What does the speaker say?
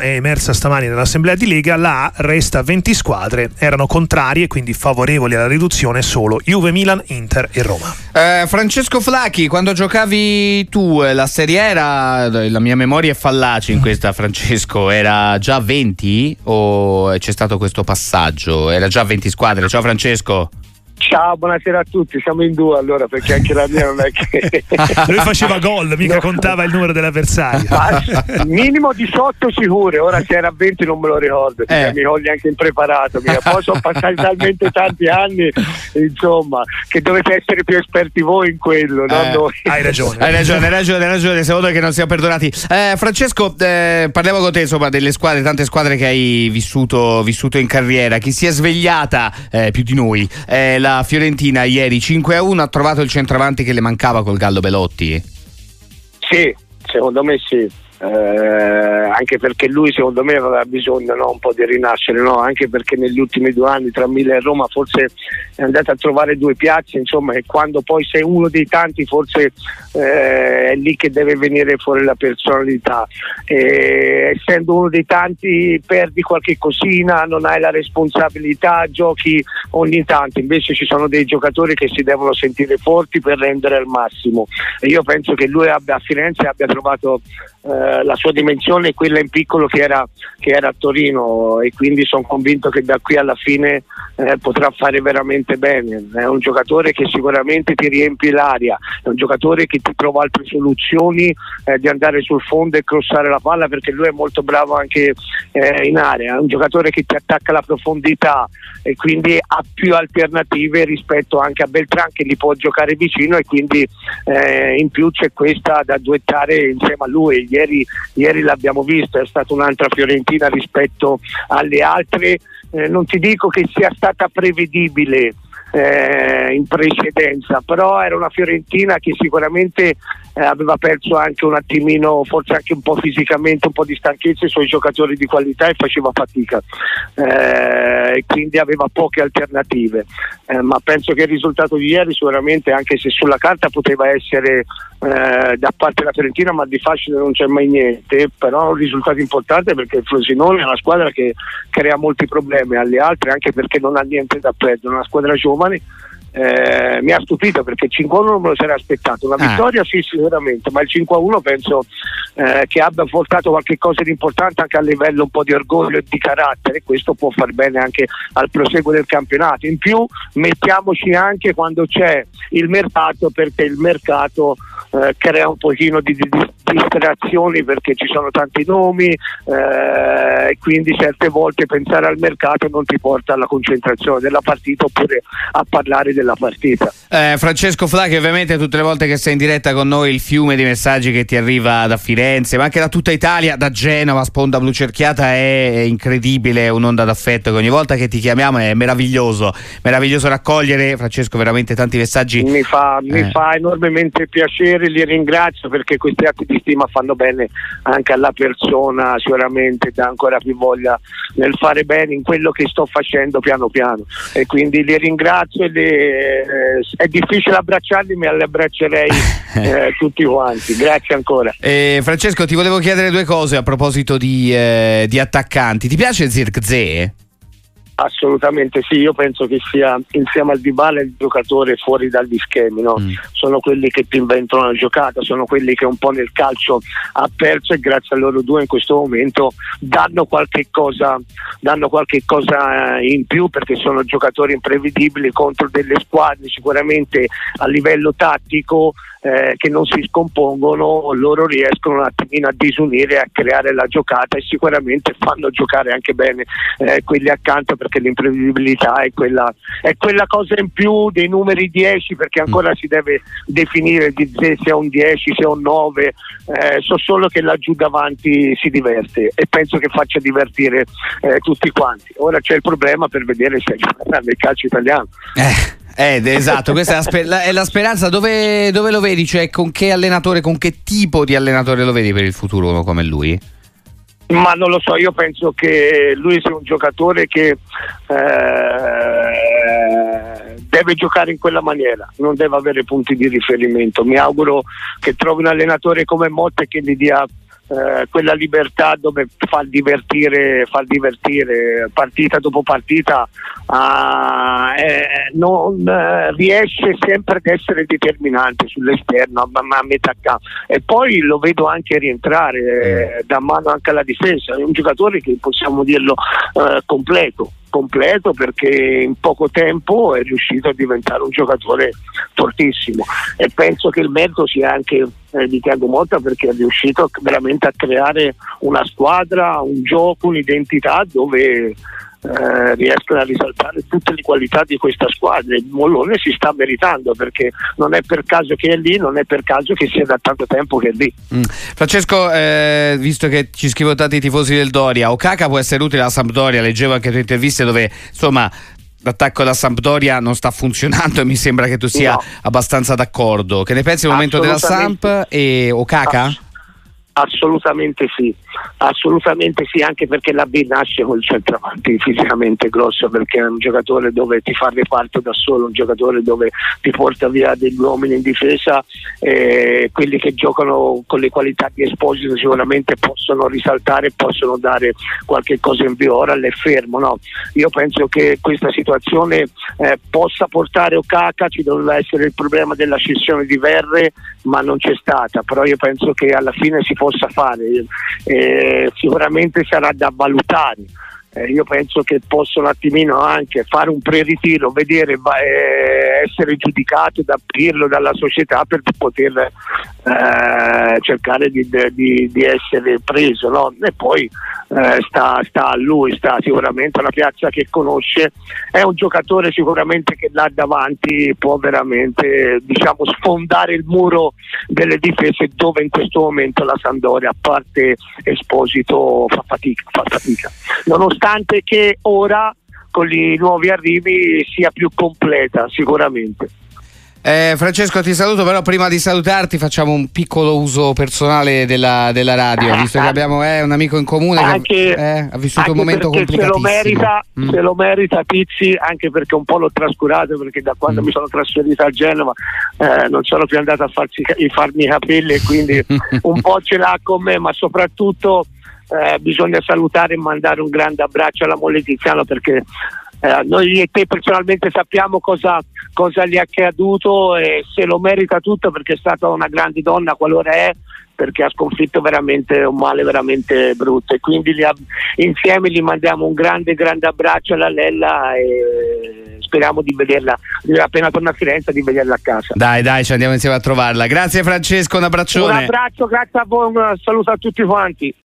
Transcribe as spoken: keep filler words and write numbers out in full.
è emersa stamani nell'assemblea di Lega, la A resta venti squadre, erano contrarie, quindi favorevoli alla riduzione solo Juve, Milan, Inter e Roma. Eh, Francesco Flacchi, quando giocavi tu la Serie A era, la mia memoria è fallace in questa, Francesco, era già venti o c'è stato questo passaggio? Era già venti squadre? Ciao Francesco. Ciao, buonasera a tutti, siamo in due allora, perché anche la mia non è che... Lui faceva gol, mica no. Contava il numero dell'avversario. Minimo diciotto sicure, ora se era venti non me lo ricordo, eh. mi cogli anche impreparato, poi sono passati talmente tanti anni, insomma, che dovete essere più esperti voi in quello, non eh. noi. Hai ragione. Hai ragione, hai ragione, hai ragione, secondo me che non siamo perdonati. Eh, Francesco, eh, parliamo con te insomma delle squadre, tante squadre che hai vissuto, vissuto in carriera. Chi si è svegliata eh, più di noi? Eh, la Fiorentina ieri cinque a uno ha trovato il centravanti che le mancava col Gallo Belotti? Sì, secondo me sì. Eh, anche perché lui secondo me aveva bisogno, no, un po' di rinascere, no? Anche perché negli ultimi due anni tra Milan e Roma forse è andato a trovare due piazze, insomma, e quando poi sei uno dei tanti forse eh, è lì che deve venire fuori la personalità, e, essendo uno dei tanti perdi qualche cosina, non hai la responsabilità, giochi ogni tanto, invece ci sono dei giocatori che si devono sentire forti per rendere al massimo, e io penso che lui abbia, a Firenze abbia trovato Uh, la sua dimensione è quella in piccolo che era, che era a Torino, e quindi sono convinto che da qui alla fine eh, potrà fare veramente bene. È un giocatore che sicuramente ti riempie l'aria, è un giocatore che ti trova altre soluzioni eh, di andare sul fondo e crossare la palla, perché lui è molto bravo anche eh, in area, è un giocatore che ti attacca la profondità e quindi ha più alternative rispetto anche a Beltran, che li può giocare vicino, e quindi eh, in più c'è questa da duettare insieme a lui. Ieri, ieri l'abbiamo visto, è stata un'altra Fiorentina rispetto alle altre, eh, non ti dico che sia stata prevedibile eh, in precedenza, però era una Fiorentina che sicuramente eh, aveva perso anche un attimino, forse anche un po' fisicamente, un po' di stanchezza, i suoi giocatori di qualità, e faceva fatica, e eh, quindi aveva poche alternative, eh, ma penso che il risultato di ieri sicuramente, anche se sulla carta poteva essere eh, da parte della Fiorentina, ma di facile non c'è mai niente, però è un risultato importante perché il Frosinone è una squadra che crea molti problemi alle altre, anche perché non ha niente da perdere, una squadra giovane. Eh, mi ha stupito perché il cinque a uno non me lo sarei aspettato, una vittoria ah. sì sicuramente, ma il cinque a uno penso eh, che abbia portato qualche cosa di importante anche a livello un po' di orgoglio e di carattere, questo può far bene anche al proseguo del campionato. In più mettiamoci anche quando c'è il mercato, perché il mercato eh, crea un pochino di, di, di distrazioni, perché ci sono tanti nomi eh, e quindi certe volte pensare al mercato non ti porta alla concentrazione della partita oppure a parlare del la partita. Eh, Francesco Flacchi, ovviamente tutte le volte che sei in diretta con noi il fiume di messaggi che ti arriva da Firenze, ma anche da tutta Italia, da Genova, Sponda Blu Cerchiata, è incredibile, è un'onda d'affetto che ogni volta che ti chiamiamo è meraviglioso, meraviglioso raccogliere, Francesco, veramente tanti messaggi. Mi fa, eh. mi fa enormemente piacere, li ringrazio perché questi atti di stima fanno bene anche alla persona, sicuramente dà ancora più voglia nel fare bene in quello che sto facendo piano piano, e quindi li ringrazio e li è difficile abbracciarli, ma li abbraccerei eh, tutti quanti. Grazie ancora. Eh, Francesco, ti volevo chiedere due cose a proposito di, eh, di attaccanti. Ti piace Zirkzee? Assolutamente sì, io penso che sia insieme al Dybala il giocatore fuori dagli schemi, no? Mm. Sono quelli che ti inventano la giocata, sono quelli che un po' nel calcio ha perso, e grazie a loro due in questo momento danno qualche cosa, danno qualche cosa in più, perché sono giocatori imprevedibili contro delle squadre sicuramente a livello tattico eh, che non si scompongono, loro riescono un attimino a disunire, a creare la giocata, e sicuramente fanno giocare anche bene eh, quelli accanto, perché l'imprevedibilità è quella, è quella cosa in più dei numeri dieci, perché ancora mm. si deve definire di se sia un dieci, sia un nove, eh, so solo che laggiù davanti si diverte, e penso che faccia divertire eh, tutti quanti. Ora c'è il problema per vedere se è nel calcio italiano. Eh. Eh, esatto, questa è la, sper- la, è la speranza. Dove, dove lo vedi? Cioè, con che allenatore, con che tipo di allenatore lo vedi per il futuro uno come lui? Ma non lo so, io penso che lui sia un giocatore che eh, deve giocare in quella maniera, non deve avere punti di riferimento. Mi auguro che trovi un allenatore come Motta che gli dia eh, quella libertà dove far divertire, far divertire partita dopo partita, uh, eh, non eh, riesce sempre ad essere determinante sull'esterno, ma, ma a metà campo, e poi lo vedo anche rientrare, eh, da mano anche alla difesa. È un giocatore che possiamo dirlo eh, completo completo perché in poco tempo è riuscito a diventare un giocatore fortissimo, e penso che il merito sia anche eh, di Thiago Motta, perché è riuscito veramente a creare una squadra, un gioco, un'identità dove Eh, riescono a risaltare tutte le qualità di questa squadra. Il Mollone si sta meritando, perché non è per caso che è lì, non è per caso che sia da tanto tempo che è lì. mm. Francesco, eh, visto che ci scrivono tanti tifosi del Doria, Okaka può essere utile alla Sampdoria. Leggevo anche tue interviste dove insomma l'attacco della Sampdoria non sta funzionando e mi sembra che tu sia no. abbastanza d'accordo. Che ne pensi del momento della Samp e Okaka? Ass- Assolutamente sì, assolutamente sì, anche perché la B nasce col centravanti fisicamente grosso, perché è un giocatore dove ti fa reparto da solo, un giocatore dove ti porta via degli uomini in difesa, eh, quelli che giocano con le qualità di Esposito sicuramente possono risaltare, possono dare qualche cosa in più. Ora l'è fermo, no? Io penso che questa situazione eh, possa portare Okaka, ci doveva essere il problema della cessione di Verre, ma non c'è stata, però io penso che alla fine si possa fare, eh, sicuramente sarà da valutare. Eh, io penso che possa un attimino anche fare un pre-ritiro, vedere, eh, essere giudicato da Pirlo, dalla società, per poter eh, cercare di, di, di essere preso, no? E poi eh, sta, sta a lui, sta sicuramente una piazza che conosce, è un giocatore sicuramente che là davanti può veramente, diciamo, sfondare il muro delle difese, dove in questo momento la Sampdoria, a parte Esposito, fa fatica, fa fatica. Nonostante che ora con i nuovi arrivi sia più completa sicuramente. Eh, Francesco, ti saluto, però prima di salutarti facciamo un piccolo uso personale della, della radio, visto che abbiamo eh, un amico in comune anche, che eh, ha vissuto un momento complicatissimo. Se lo merita, mm. se lo merita Pizzi, anche perché un po' l'ho trascurato, perché da quando mm. mi sono trasferito a Genova eh, non sono più andato a farsi, a farmi i capelli, e quindi un po' ce l'ha con me, ma soprattutto eh, bisogna salutare e mandare un grande abbraccio alla Molle Tiziano, perché Eh, noi e te personalmente sappiamo cosa, cosa gli è accaduto, e se lo merita tutto, perché è stata una grande donna qualora è, perché ha sconfitto veramente un male veramente brutto, e quindi li ha, insieme gli mandiamo un grande grande abbraccio alla Lella, e speriamo di vederla appena torna a Firenze, di vederla a casa. Dai dai, ci andiamo insieme a trovarla. Grazie Francesco, un abbraccione. Un abbraccio, grazie a voi, un saluto a tutti quanti.